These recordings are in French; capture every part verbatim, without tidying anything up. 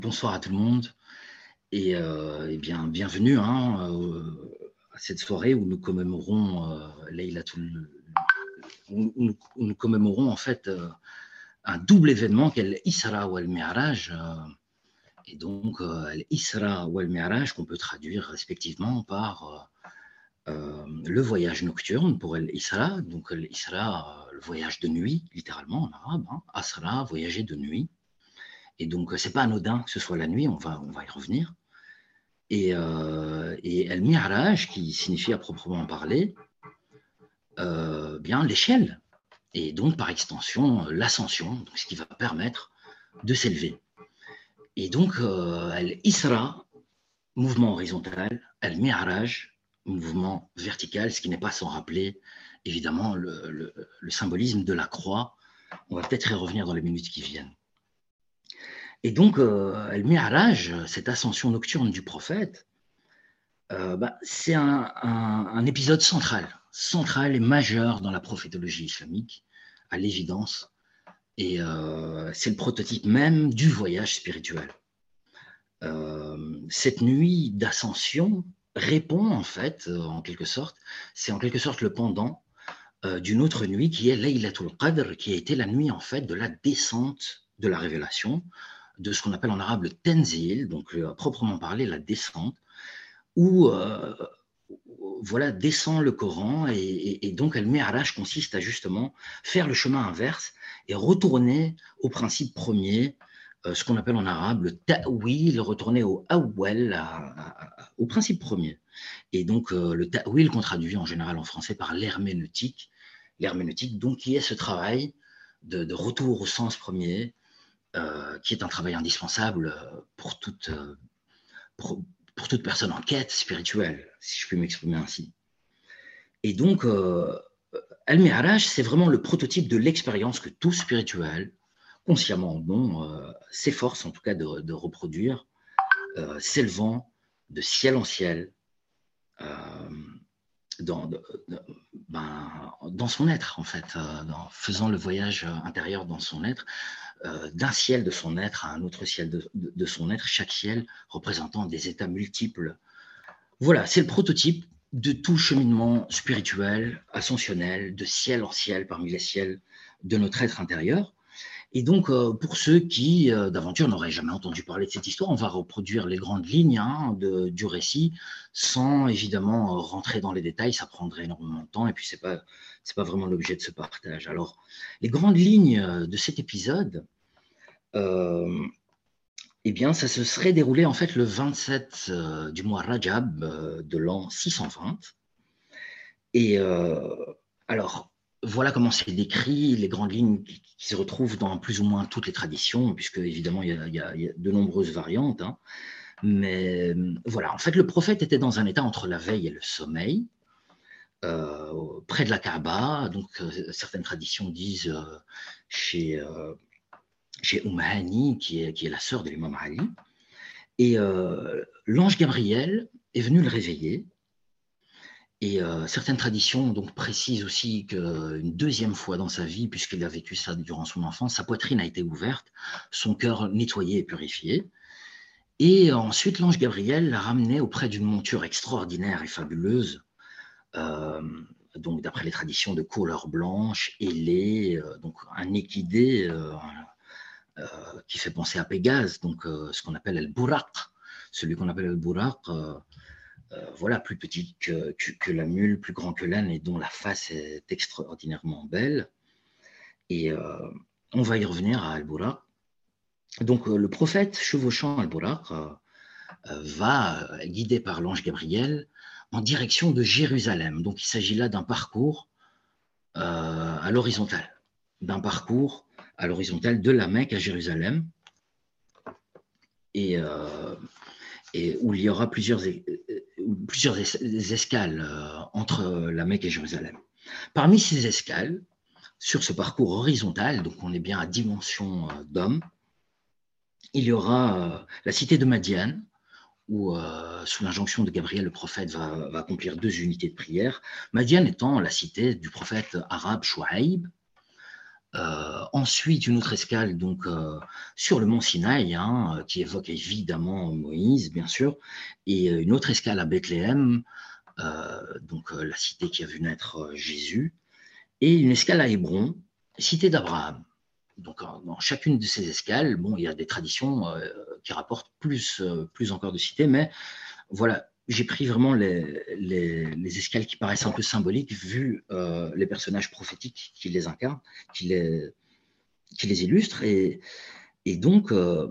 Bonsoir à tout le monde et, euh, eh bien, bienvenue hein, euh, à cette soirée où nous commémorons euh, Laylatul- où nous, où nous commémorons en fait euh, un double événement qu'est l'Isra ou al-Mi'raj euh, et donc euh, l'Isra ou al-Mi'raj qu'on peut traduire respectivement par euh, euh, le voyage nocturne pour l'Isra, donc l'Isra, euh, le voyage de nuit littéralement en arabe, hein, Asra, voyager de nuit. Et donc, c'est pas anodin que ce soit la nuit, on va, on va y revenir. Et, euh, et El Mi'raj, qui signifie à proprement parler, euh, bien l'échelle, et donc par extension l'ascension, ce qui va permettre de s'élever. Et donc, euh, El Isra, mouvement horizontal, El Mi'raj, mouvement vertical, ce qui n'est pas sans rappeler évidemment le, le, le symbolisme de la croix. On va peut-être y revenir dans les minutes qui viennent. Et donc, euh, El Mi'raj, cette ascension nocturne du prophète, euh, bah, c'est un, un, un épisode central, central et majeur dans la prophétologie islamique, à l'évidence. Et euh, c'est le prototype même du voyage spirituel. Euh, cette nuit d'ascension répond en fait, euh, en quelque sorte, c'est en quelque sorte le pendant euh, d'une autre nuit qui est Laylatul Qadr, qui a été la nuit en fait de la descente de la révélation, de ce qu'on appelle en arabe le Tenzil, donc euh, à proprement parler la descente, où euh, voilà, descend le Coran et, et, et donc Al-Mi'raj consiste à justement faire le chemin inverse et retourner au principe premier, euh, ce qu'on appelle en arabe le ta'wil, retourner au awwal, à, à, à, au principe premier. Et donc euh, le ta'wil qu'on traduit en général en français par l'herméneutique, l'herméneutique donc qui est ce travail de, de retour au sens premier, euh, qui est un travail indispensable pour toute, euh, pour, pour toute personne en quête spirituelle, si je puis m'exprimer ainsi. Et donc, euh, Al-Mi'raj, c'est vraiment le prototype de l'expérience que tout spirituel, consciemment ou non, euh, s'efforce en tout cas de, de reproduire, euh, s'élevant de ciel en ciel, euh, dans, de, de, ben, dans son être, en fait, euh, dans, faisant le voyage intérieur dans son être, euh, d'un ciel de son être à un autre ciel de, de, de son être, chaque ciel représentant des états multiples. Voilà, c'est le prototype de tout cheminement spirituel, ascensionnel, de ciel en ciel, parmi les ciels de notre être intérieur. Et donc, euh, pour ceux qui, euh, d'aventure, n'auraient jamais entendu parler de cette histoire, on va reproduire les grandes lignes hein, de, du récit, sans évidemment rentrer dans les détails, ça prendrait énormément de temps, et puis ce n'est pas, c'est pas vraiment l'objet de ce partage. Alors, les grandes lignes de cet épisode, euh, eh bien, ça se serait déroulé en fait le vingt-sept euh, du mois Rajab euh, de l'an six cent vingt. Et euh, alors, voilà comment c'est décrit, les grandes lignes qui, qui se retrouvent dans plus ou moins toutes les traditions, puisque évidemment, il y a, il y a, il y a de nombreuses variantes. Hein. Mais voilà, en fait, le prophète était dans un état entre la veille et le sommeil, euh, près de la Kaaba. Donc, euh, certaines traditions disent euh, chez, euh, chez Umm Hani, qui est, qui est la sœur de l'imam Ali. Et euh, l'ange Gabriel est venu le réveiller. Et euh, certaines traditions donc, précisent aussi qu'une deuxième fois dans sa vie, puisqu'il a vécu ça durant son enfance, sa poitrine a été ouverte, son cœur nettoyé et purifié. Et ensuite, l'ange Gabriel l'a ramené auprès d'une monture extraordinaire et fabuleuse, euh, donc d'après les traditions de couleur blanche, ailée, euh, donc un équidé euh, euh, qui fait penser à Pégase, donc euh, ce qu'on appelle le buraq, celui qu'on appelle le buraq. Euh, Euh, voilà, plus petit que, que, que la mule, plus grand que l'âne, et dont la face est extraordinairement belle. Et euh, on va y revenir à Al-Buraq. Donc, euh, le prophète chevauchant Al-Buraq euh, euh, va, euh, guidé par l'ange Gabriel, en direction de Jérusalem. Donc, il s'agit là d'un parcours euh, à l'horizontale, d'un parcours à l'horizontale de la Mecque à Jérusalem. Et, euh, et où il y aura plusieurs, plusieurs escales entre la Mecque et Jérusalem. Parmi ces escales, sur ce parcours horizontal, donc on est bien à dimension d'homme, il y aura la cité de Madiane, où, euh, sous l'injonction de Gabriel, le prophète va, va accomplir deux unités de prière. Madiane étant la cité du prophète arabe Chouaïb, Euh, ensuite, une autre escale donc, euh, sur le mont Sinaï, hein, qui évoque évidemment Moïse, bien sûr, et une autre escale à Bethléem, euh, donc euh, la cité qui a vu naître euh, Jésus, et une escale à Hébron, cité d'Abraham. Donc, dans chacune de ces escales, bon, il y a des traditions euh, qui rapportent plus, euh, plus encore de cités, mais voilà, j'ai pris vraiment les, les, les, escales qui paraissent un peu symboliques, vu euh, les personnages prophétiques qui les incarnent, qui les, qui les illustrent. Et, et donc, euh,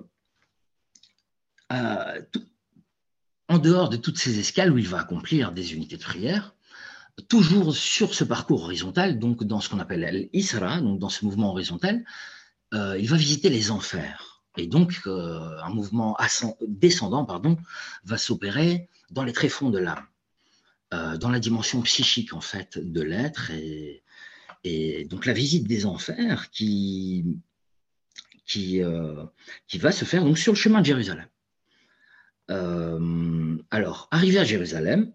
euh, tout, en dehors de toutes ces escales où il va accomplir des unités de prière, toujours sur ce parcours horizontal, donc dans ce qu'on appelle l'Isra, donc dans ce mouvement horizontal, euh, il va visiter les enfers. Et donc, euh, un mouvement descendant pardon, va s'opérer dans les tréfonds de l'âme, euh, dans la dimension psychique en fait de l'être. Et, et donc, la visite des enfers qui, qui, euh, qui va se faire donc, sur le chemin de Jérusalem. Euh, alors, arrivé à Jérusalem,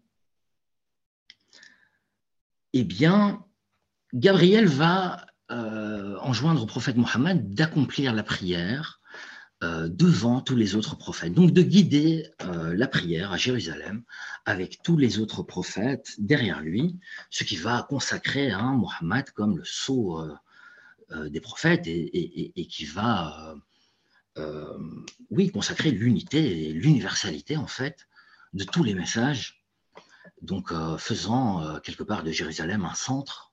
eh bien, Gabriel va euh, enjoindre au prophète Mohammed d'accomplir la prière euh, devant tous les autres prophètes. Donc, de guider euh, la prière à Jérusalem avec tous les autres prophètes derrière lui, ce qui va consacrer hein, Mohammed comme le sceau euh, euh, des prophètes et, et, et qui va, euh, euh, oui, consacrer l'unité et l'universalité, en fait, de tous les messages. Donc, euh, faisant euh, quelque part de Jérusalem un centre,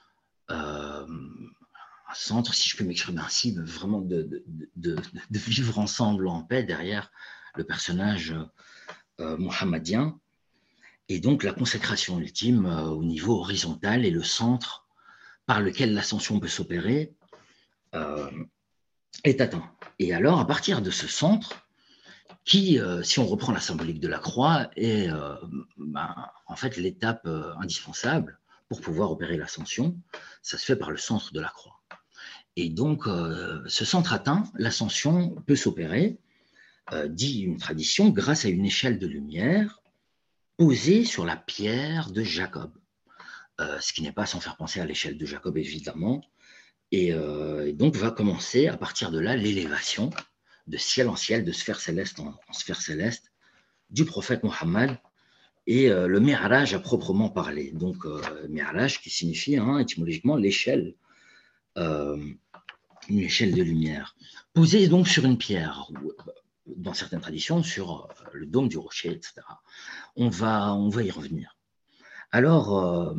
euh, un centre, si je peux m'exprimer ainsi, vraiment de, de, de, de, vivre ensemble en paix derrière le personnage euh, mohammedien. Et donc, la consécration ultime euh, au niveau horizontal est le centre par lequel l'ascension peut s'opérer euh, est atteint. Et alors, à partir de ce centre, qui, euh, si on reprend la symbolique de la croix, est euh, ben, en fait l'étape euh, indispensable pour pouvoir opérer l'ascension. Ça se fait par le centre de la croix. Et donc, euh, ce centre atteint, l'ascension peut s'opérer, euh, dit une tradition, grâce à une échelle de lumière posée sur la pierre de Jacob. Euh, ce qui n'est pas sans faire penser à l'échelle de Jacob, évidemment. Et, euh, et donc, va commencer à partir de là l'élévation de ciel en ciel, de sphère céleste en, en sphère céleste, du prophète Mohammed et euh, le Mi'raj à proprement parler. Donc, euh, Mi'raj qui signifie hein, étymologiquement l'échelle, euh, une échelle de lumière, posée donc sur une pierre, ou, dans certaines traditions, sur euh, le dôme du rocher, et cetera. On va, on va y revenir. Alors, euh,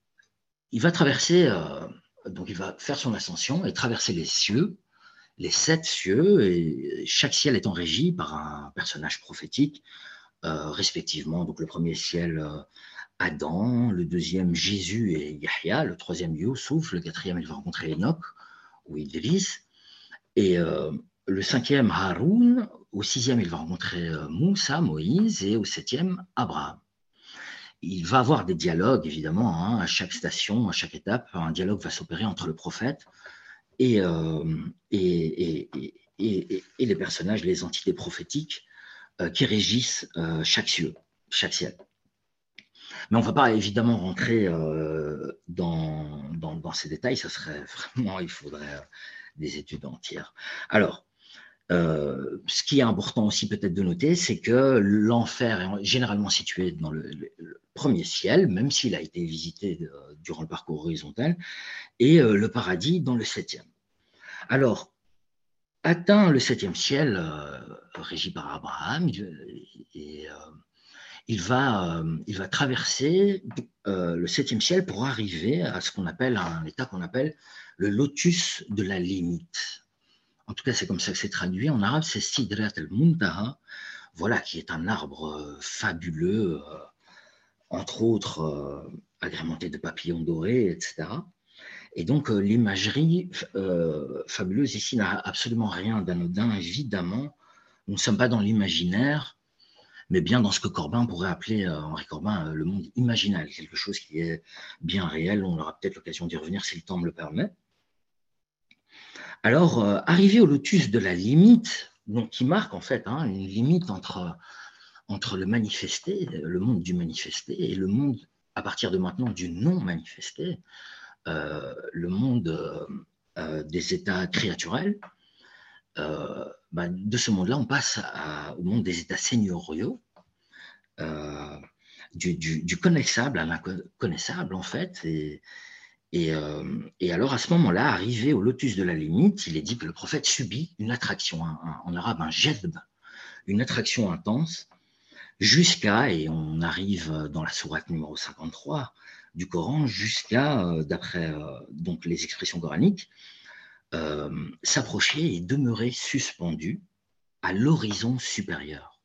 il va traverser, euh, donc il va faire son ascension et traverser les cieux, les sept cieux, et chaque ciel étant régi par un personnage prophétique, euh, respectivement. Donc le premier ciel, euh, Adam, le deuxième, Jésus et Yahya, le troisième, Youssouf, le quatrième, il va rencontrer Enoch ou Idris, et euh, le cinquième, Haroun, au sixième, il va rencontrer euh, Moussa, Moïse, et au septième, Abraham. Il va avoir des dialogues, évidemment, hein, à chaque station, à chaque étape. Un dialogue va s'opérer entre le prophète et, euh, et, et, et, et, les personnages, les entités prophétiques euh, qui régissent euh, chaque ciel, chaque ciel. Mais on ne va pas évidemment rentrer euh, dans, dans, dans ces détails, ça serait vraiment, il faudrait des études entières. Alors, Euh, ce qui est important aussi peut-être de noter, c'est que l'enfer est généralement situé dans le, le, le premier ciel, même s'il a été visité euh, durant le parcours horizontal, et euh, le paradis dans le septième. Alors, atteint le septième ciel, euh, régi par Abraham, et, euh, il, va, euh, il va traverser euh, le septième ciel pour arriver à ce qu'on appelle, à un état qu'on appelle le lotus de la limite. En tout cas, c'est comme ça que c'est traduit en arabe, c'est Sidrat al-Muntaha, voilà, qui est un arbre euh, fabuleux, euh, entre autres euh, agrémenté de papillons dorés, et cetera. Et donc, euh, l'imagerie euh, fabuleuse ici n'a absolument rien d'anodin, évidemment. Nous ne sommes pas dans l'imaginaire, mais bien dans ce que Corbin pourrait appeler, euh, Henri Corbin, euh, le monde imaginal, quelque chose qui est bien réel. On aura peut-être l'occasion d'y revenir si le temps me le permet. Alors, euh, arrivé au lotus de la limite, donc qui marque en fait hein, une limite entre, entre le manifesté, le monde du manifesté, et le monde, à partir de maintenant, du non manifesté, euh, le monde euh, euh, des états créaturels. Euh, bah, de ce monde-là, on passe à, au monde des états seigneuriaux, euh, du, du, du connaissable à l'inconnaissable, en fait. Et, et, euh, et alors, à ce moment-là, arrivé au lotus de la limite, il est dit que le prophète subit une attraction, un, un, en arabe un jedb, une attraction intense, jusqu'à, et on arrive dans la sourate numéro cinquante-trois du Coran, jusqu'à, euh, d'après euh, donc les expressions coraniques, euh, s'approcher et demeurer suspendu à l'horizon supérieur.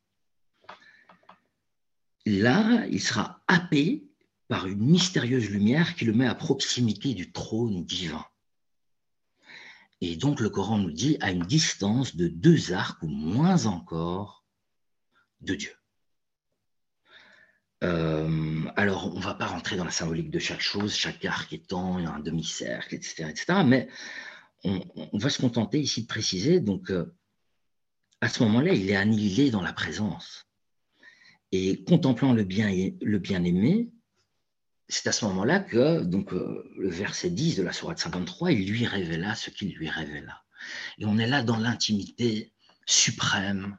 Là, il sera happé par une mystérieuse lumière qui le met à proximité du trône divin. Et donc le Coran nous dit à une distance de deux arcs ou moins encore de Dieu. Euh, alors, on ne va pas rentrer dans la symbolique de chaque chose, chaque arc étant un demi-cercle, et cetera, et cetera, mais on, on va se contenter ici de préciser, donc, euh, à ce moment-là, il est annihilé dans la présence. Et contemplant le bien, le bien-aimé, c'est à ce moment-là que, donc, euh, le verset dix de la sourate cinquante-trois, il lui révéla ce qu'il lui révéla. Et on est là dans l'intimité suprême,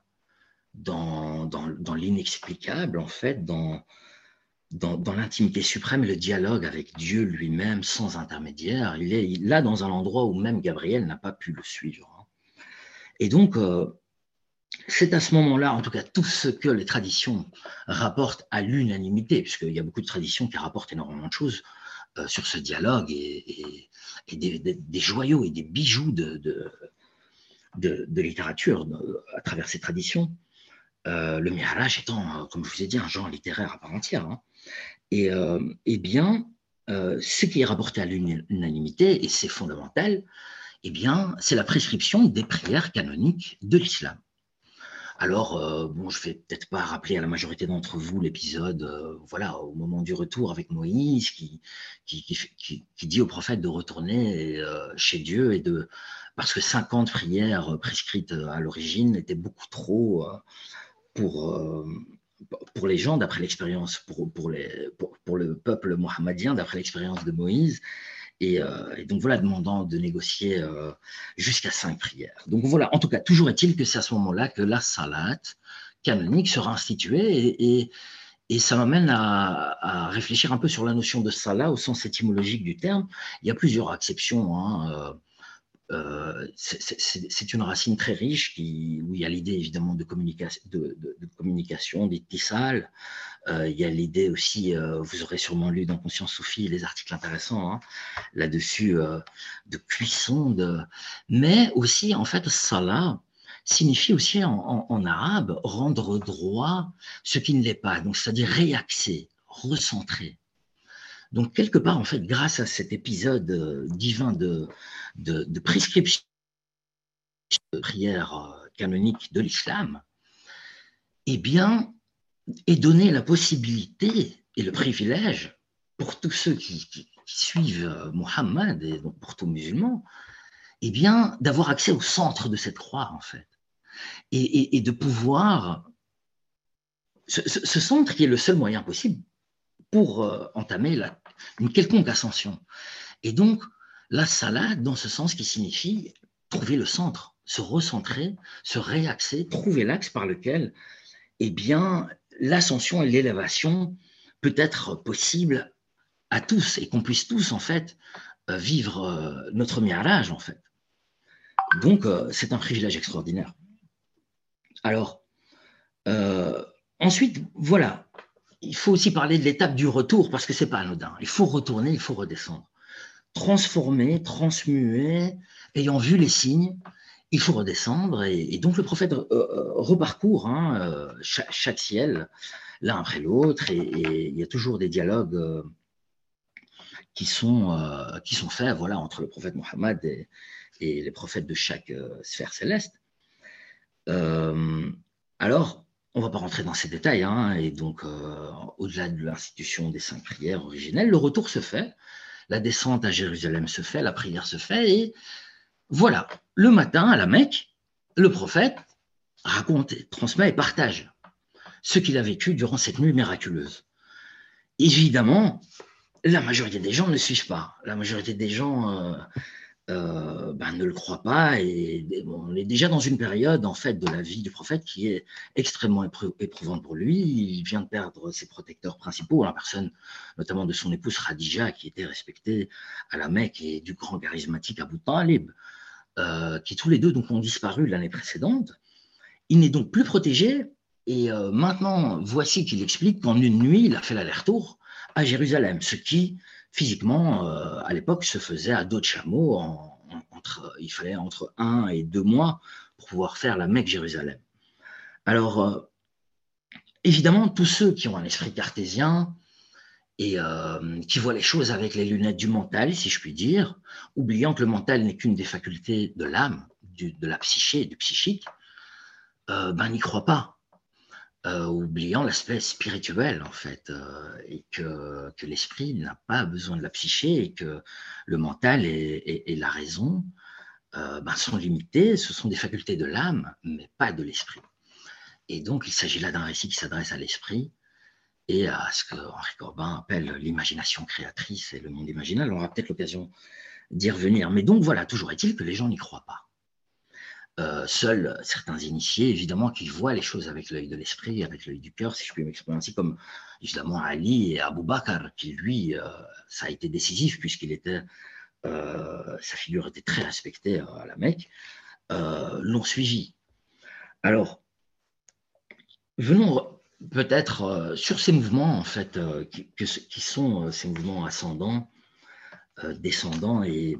dans, dans, dans l'inexplicable, en fait, dans, dans, dans l'intimité suprême, le dialogue avec Dieu lui-même, sans intermédiaire. Il est là dans un endroit où même Gabriel n'a pas pu le suivre. Et donc, euh, c'est à ce moment-là, en tout cas, tout ce que les traditions rapportent à l'unanimité, puisqu'il y a beaucoup de traditions qui rapportent énormément de choses euh, sur ce dialogue et, et, et des, des, des joyaux et des bijoux de, de, de, de littérature de, à travers ces traditions. Euh, le Mi'raj étant, comme je vous ai dit, un genre littéraire à part entière. Hein. Et euh, eh bien, euh, ce qui est rapporté à l'unanimité, et c'est fondamental, eh bien, c'est la prescription des prières canoniques de l'islam. Alors, euh, bon, je ne vais peut-être pas rappeler à la majorité d'entre vous l'épisode, euh, voilà, au moment du retour avec Moïse, qui, qui, qui, qui, qui dit au prophète de retourner euh, chez Dieu, et de, parce que cinquante prières prescrites à l'origine étaient beaucoup trop euh, pour, euh, pour les gens, d'après l'expérience, pour, pour, les, pour, pour le peuple mohammédien, d'après l'expérience de Moïse. Et, euh, et donc voilà, demandant de négocier euh, jusqu'à cinq prières. Donc voilà, en tout cas, toujours est-il que c'est à ce moment-là que la salat canonique sera instituée, et, et, et ça m'amène à, à réfléchir un peu sur la notion de salat au sens étymologique du terme. Il y a plusieurs acceptions. Hein, euh, euh, c'est une racine très riche qui, où il y a l'idée évidemment de, communica de, de, de communication, d'ittisal. Euh, il y a l'idée aussi, euh, vous aurez sûrement lu dans Conscience Soufie les articles intéressants hein, là-dessus, euh, de cuisson, de... mais aussi en fait salah signifie aussi en, en, en arabe rendre droit ce qui ne l'est pas, donc c'est-à-dire réaxer, recentrer. Donc, quelque part, en fait, grâce à cet épisode euh, divin de, de, de prescription de prière euh, canonique de l'islam, eh bien, est donné la possibilité et le privilège pour tous ceux qui, qui, qui suivent euh, Mohammed, et donc pour tout musulman, eh bien, d'avoir accès au centre de cette croix, en fait, et, et, et de pouvoir, ce, ce, ce centre qui est le seul moyen possible pour euh, entamer la, une quelconque ascension. Et donc, la salade, dans ce sens qui signifie trouver le centre, se recentrer, se réaxer, trouver l'axe par lequel, eh bien, l'ascension et l'élévation peut être possible à tous et qu'on puisse tous, en fait, euh, vivre euh, notre mi'raj, en fait. Donc, euh, c'est un privilège extraordinaire. Alors, euh, ensuite, voilà, il faut aussi parler de l'étape du retour parce que c'est pas anodin. Il faut retourner, il faut redescendre. Transformé, transmué, ayant vu les signes, il faut redescendre. Et, et donc le prophète euh, reparcourt hein, euh, chaque, chaque ciel, l'un après l'autre, et, et il y a toujours des dialogues euh, qui, sont, euh, qui sont faits voilà, entre le prophète Mohammed et, et les prophètes de chaque euh, sphère céleste. Euh, alors, on ne va pas rentrer dans ces détails, hein, et donc euh, au-delà de l'institution des cinq prières originelles, le retour se fait. La descente à Jérusalem se fait, la prière se fait, et voilà, le matin à la Mecque, le prophète raconte, transmet et partage ce qu'il a vécu durant cette nuit miraculeuse. Évidemment, la majorité des gens ne suivent pas. La majorité des gens euh, euh, ben, ne le croient pas. Et, et bon, on est déjà dans une période en fait de la vie du prophète qui est extrêmement éprou éprouvante pour lui. Il vient de perdre ses protecteurs principaux, la personne notamment de son épouse Khadija, qui était respectée à la Mecque, et du grand charismatique Abu Talib, euh, qui tous les deux donc, ont disparu l'année précédente. Il n'est donc plus protégé. Et euh, maintenant, voici qu'il explique qu'en une nuit, il a fait l'aller-retour à Jérusalem, ce qui, physiquement, euh, à l'époque, se faisait à dos de chameau. En, en, entre, il fallait entre un et deux mois pour pouvoir faire la Mecque-Jérusalem. Alors, euh, évidemment, tous ceux qui ont un esprit cartésien et euh, qui voient les choses avec les lunettes du mental, si je puis dire, oubliant que le mental n'est qu'une des facultés de l'âme, de la psyché, du psychique, euh, ben, n'y croient pas. Euh, oubliant l'aspect spirituel en fait, euh, et que, que l'esprit n'a pas besoin de la psyché et que le mental et, et, et la raison euh, ben, sont limités, ce sont des facultés de l'âme, mais pas de l'esprit. Et donc il s'agit là d'un récit qui s'adresse à l'esprit et à ce que Henri Corbin appelle l'imagination créatrice et le monde imaginal. On aura peut-être l'occasion d'y revenir. Mais donc voilà, toujours est-il que les gens n'y croient pas. Euh, seuls certains initiés, évidemment, qui voient les choses avec l'œil de l'esprit, avec l'œil du cœur, si je puis m'exprimer ainsi, comme évidemment Ali et Abou Bakr, qui lui, euh, ça a été décisif puisqu'il était, euh, sa figure était très respectée à la Mecque, euh, l'ont suivi. Alors, venons peut-être euh, sur ces mouvements, en fait, euh, qui, que, qui sont euh, ces mouvements ascendants, euh, descendants et,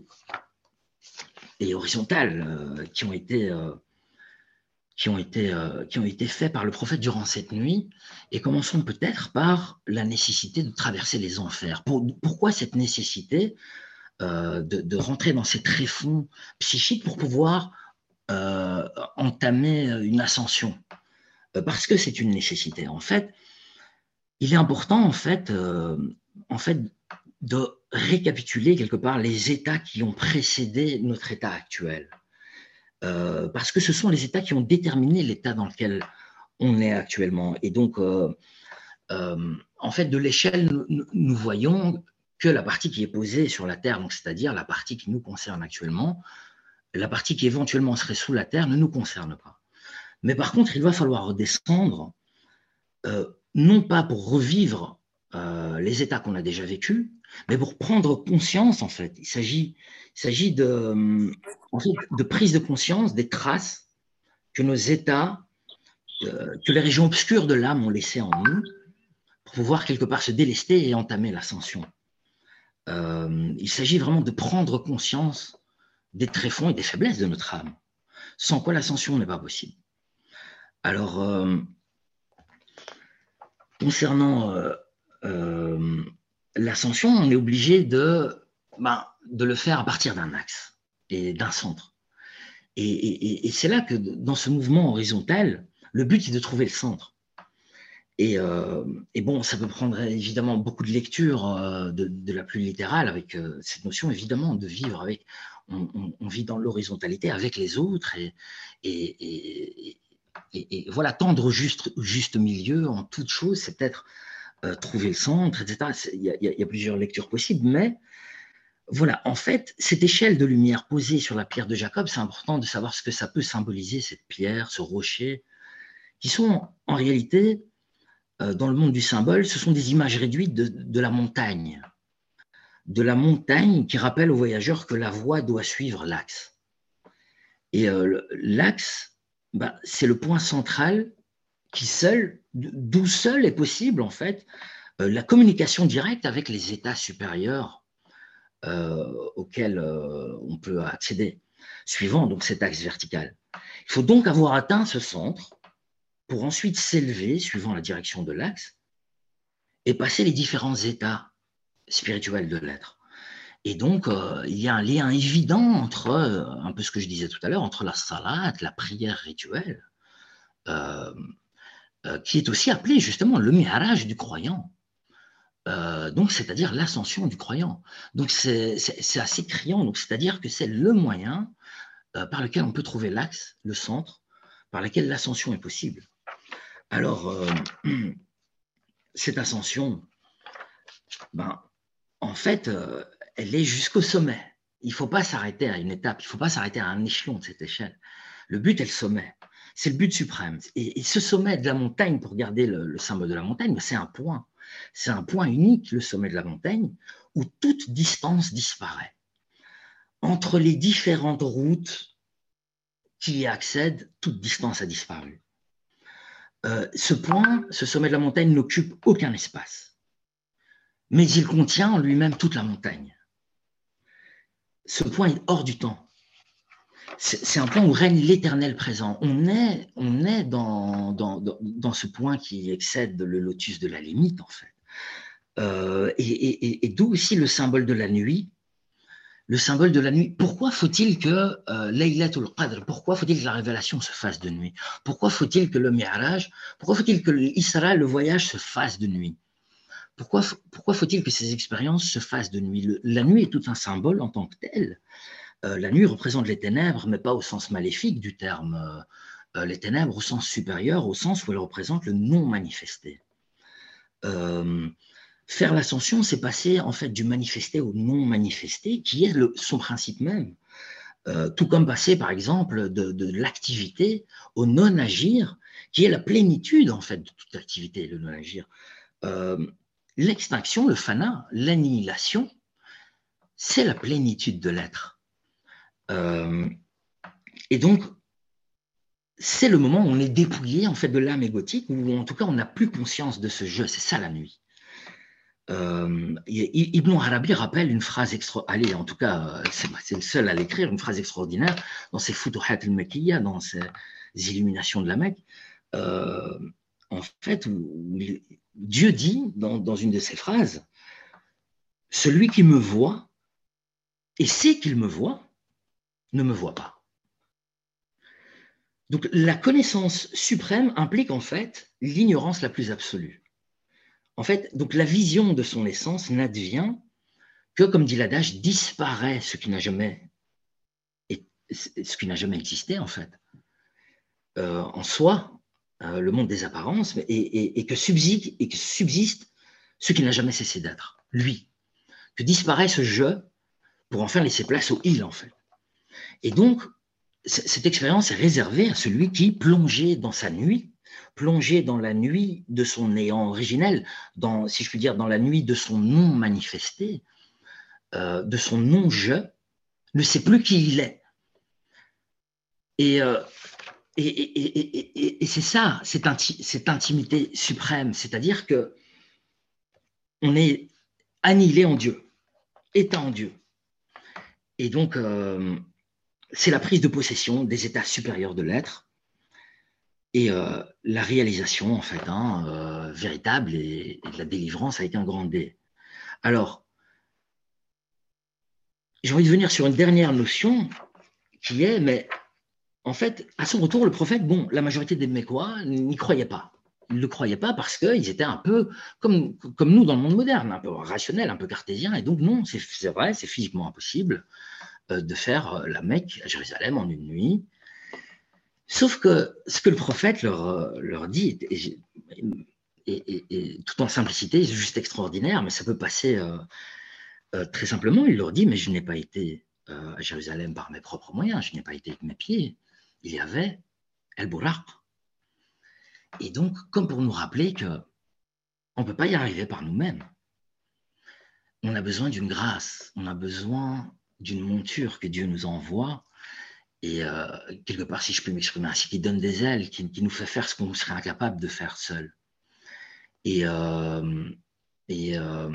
et horizontaux, euh, qui ont été... Euh, Qui ont, été, euh, qui ont été faits par le prophète durant cette nuit, et commençons peut-être par la nécessité de traverser les enfers. Pour, pourquoi cette nécessité euh, de, de rentrer dans ces tréfonds psychiques pour pouvoir euh, entamer une ascension? Parce que c'est une nécessité. En fait, il est important en fait, euh, en fait de récapituler quelque part les états qui ont précédé notre état actuel. Euh, parce que ce sont les États qui ont déterminé l'état dans lequel on est actuellement. Et donc, euh, euh, en fait, de l'échelle, nous, nous voyons que la partie qui est posée sur la Terre, c'est-à-dire la partie qui nous concerne actuellement, la partie qui éventuellement serait sous la Terre ne nous concerne pas. Mais par contre, il va falloir redescendre, euh, non pas pour revivre euh, les états qu'on a déjà vécus, mais pour prendre conscience, en fait. Il s'agit, il s'agit de, en fait, de prise de conscience des traces que nos états, euh, que les régions obscures de l'âme ont laissées en nous, pour pouvoir quelque part se délester et entamer l'ascension. Euh, il s'agit vraiment de prendre conscience des tréfonds et des faiblesses de notre âme, sans quoi l'ascension n'est pas possible. Alors, euh, concernant euh, euh, l'ascension, on est obligé de, ben, de le faire à partir d'un axe et d'un centre. Et, et, et c'est là que dans ce mouvement horizontal, le but est de trouver le centre. Et, euh, et bon, ça peut prendre évidemment beaucoup de lectures euh, de, de la plus littérale avec euh, cette notion évidemment de vivre avec, on, on, on vit dans l'horizontalité avec les autres et, et, et, et, et voilà, tendre juste, juste milieu en toute chose, c'est peut-être euh, trouver le centre, et cetera. Il y, a, il y a plusieurs lectures possibles, mais voilà, en fait, cette échelle de lumière posée sur la pierre de Jacob, c'est important de savoir ce que ça peut symboliser, cette pierre, ce rocher, qui sont en réalité dans le monde du symbole, ce sont des images réduites de, de la montagne. De la montagne qui rappelle aux voyageurs que la voie doit suivre l'axe. Et euh, l'axe, bah, c'est le point central qui seul, d'où seul est possible, en fait, euh, la communication directe avec les états supérieurs euh, auxquels euh, on peut accéder, suivant donc cet axe vertical. Il faut donc avoir atteint ce centre pour ensuite s'élever, suivant la direction de l'axe, et passer les différents états spirituels de l'être. Et donc, euh, il y a un lien évident entre, euh, un peu ce que je disais tout à l'heure, entre la salat, la prière rituelle, euh, euh, qui est aussi appelée justement le mi'raj du croyant. Euh, donc, c'est-à-dire l'ascension du croyant. Donc, c'est assez criant. Donc, c'est-à-dire que c'est le moyen euh, par lequel on peut trouver l'axe, le centre, par lequel l'ascension est possible. Alors, euh, cette ascension, ben, en fait, euh, elle est jusqu'au sommet. il ne faut pas s'arrêter à une étape, il ne faut pas s'arrêter à un échelon de cette échelle. Le but est le sommet. C'est le but suprême. Et, et ce sommet de la montagne, pour garder le, le symbole de la montagne, c'est un point. C'est un point unique, le sommet de la montagne, où toute distance disparaît. Entre les différentes routes qui y accèdent, toute distance a disparu. Euh, ce point, ce sommet de la montagne n'occupe aucun espace. Mais il contient en lui-même toute la montagne. Ce point est hors du temps. C'est un point où règne l'éternel présent. On est, on est dans, dans, dans ce point qui excède le lotus de la limite, en fait. Euh, et et, et d'où aussi le symbole de la nuit. Le symbole de la nuit. Pourquoi faut-il que euh, Laylatul Qadr, pourquoi faut-il que la révélation se fasse de nuit? Pourquoi faut-il que le Mi'raj, pourquoi faut-il que l'Isra, le voyage, se fasse de nuit? Pourquoi, pourquoi faut-il que ces expériences se fassent de nuit? Le, La nuit est tout un symbole en tant que tel. Euh, la nuit représente les ténèbres, mais pas au sens maléfique du terme. Euh, les ténèbres au sens supérieur, au sens où elles représentent le non manifesté. Euh, faire l'ascension, c'est passer en fait du manifesté au non manifesté, qui est le, son principe même. Euh, tout comme passer, par exemple, de, de l'activité au non-agir, qui est la plénitude en fait de toute activité, le non-agir. Euh, L'extinction, le fana, l'annihilation, c'est la plénitude de l'être. Euh, et donc, c'est le moment où on est dépouillé en fait de l'âme égotique, où en tout cas on n'a plus conscience de ce jeu. C'est ça la nuit. Euh, Ibn Arabi rappelle une phrase extra, allez, en tout cas, c'est le seul à l'écrire, une phrase extraordinaire dans ses Futuhat al-Makkiyya, dans ses illuminations de la Mecque. Euh, en fait, où il, Dieu dit dans, dans une de ses phrases, celui qui me voit et sait qu'il me voit ne me voit pas. Donc la connaissance suprême implique en fait l'ignorance la plus absolue. En fait, donc la vision de son essence n'advient que, comme dit l'adage, disparaît ce qui n'a jamais, ce qui n'a jamais existé en fait. Euh, en soi, euh, le monde des apparences, et, et, et, que subsiste, et que subsiste ce qui n'a jamais cessé d'être, lui. Que disparaît ce je pour enfin laisser place au il en fait. Et donc, cette expérience est réservée à celui qui, plongé dans sa nuit, plongé dans la nuit de son néant originel, dans, si je puis dire, dans la nuit de son non manifesté, euh, de son non-je, ne sait plus qui il est. Et, euh, et, et, et, et, et c'est ça, cette, inti cette intimité suprême, c'est-à-dire que on est annihilé en Dieu, état en Dieu. Et donc, euh, c'est la prise de possession des états supérieurs de l'être et euh, la réalisation, en fait, hein, euh, véritable et, et de la délivrance avec un grand D. Alors, j'ai envie de venir sur une dernière notion qui est, mais en fait, à son retour, le prophète, bon, la majorité des Mécois n'y croyaient pas. Ils ne le croyaient pas parce qu'ils étaient un peu comme, comme nous dans le monde moderne, un peu rationnels, un peu cartésiens. Et donc, non, c'est vrai, c'est physiquement impossible euh, de faire la Mecque à Jérusalem en une nuit. Sauf que ce que le prophète leur, leur dit, et, et, et, et, tout en simplicité, c'est juste extraordinaire, mais ça peut passer euh, euh, très simplement. Il leur dit, mais je n'ai pas été euh, à Jérusalem par mes propres moyens, je n'ai pas été avec mes pieds. Il y avait El Bouraq. Et donc, comme pour nous rappeler qu'on ne peut pas y arriver par nous-mêmes. On a besoin d'une grâce, on a besoin d'une monture que Dieu nous envoie, et euh, quelque part, si je peux m'exprimer ainsi, qui donne des ailes, qui, qui nous fait faire ce qu'on serait incapable de faire seul. Et, euh, et euh,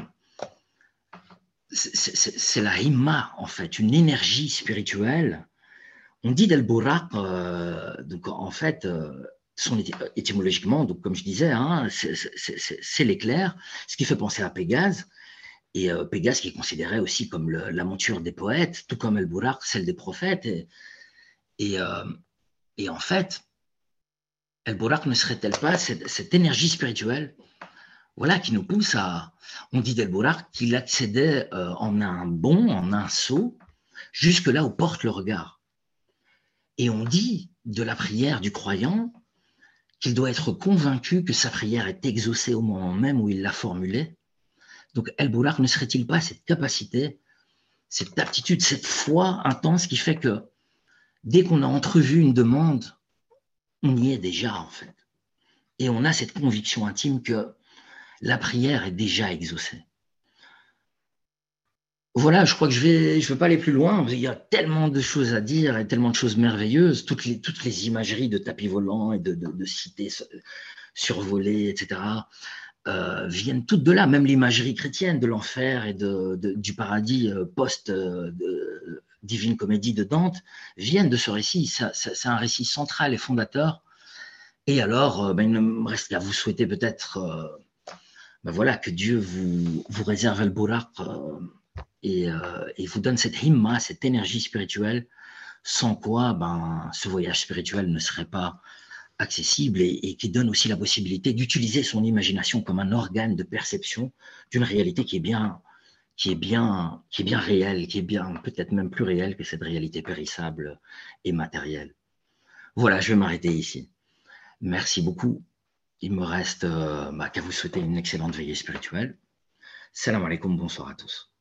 c'est la himma, en fait, une énergie spirituelle. On dit d'El Bouraq, euh, donc en fait, euh, son étymologiquement, donc comme je disais, hein, c'est l'éclair, ce qui fait penser à Pégase. Et euh, Pégase qui est considéré aussi comme le, la monture des poètes, tout comme El Bouraq, celle des prophètes. Et, et, euh, et en fait, El Bouraq ne serait-elle pas cette, cette énergie spirituelle, voilà, qui nous pousse à... On dit d'El Bouraq qu'il accédait euh, en un bond, en un saut, jusque là où porte le regard. Et on dit de la prière du croyant qu'il doit être convaincu que sa prière est exaucée au moment même où il l'a formulée. Donc El Bouraq ne serait-il pas cette capacité cette aptitude, cette foi intense qui fait que dès qu'on a entrevu une demande, on y est déjà en fait. Et on a cette conviction intime que la prière est déjà exaucée. Voilà, je crois que je vais, je vais pas aller plus loin. Il y a tellement de choses à dire et tellement de choses merveilleuses. Toutes les, toutes les imageries de tapis volants et de, de, de cités survolées, et cetera, euh, viennent toutes de là. Même l'imagerie chrétienne de l'enfer et de, de, du paradis euh, post euh, de, Divine Comédie de Dante viennent de ce récit. Ça, ça, c'est un récit central et fondateur. Et alors, euh, ben, il ne me reste qu'à vous souhaiter peut-être euh, ben voilà, que Dieu vous, vous réserve le buraq euh, et, euh, et vous donne cette himma, cette énergie spirituelle, sans quoi ben, ce voyage spirituel ne serait pas accessible et, et qui donne aussi la possibilité d'utiliser son imagination comme un organe de perception d'une réalité qui est bien, qui est bien, qui est bien réelle, qui est bien peut-être même plus réelle que cette réalité périssable et matérielle. Voilà, je vais m'arrêter ici. Merci beaucoup. Il me reste euh, bah, qu'à vous souhaiter une excellente veillée spirituelle. Salam alaikum, bonsoir à tous.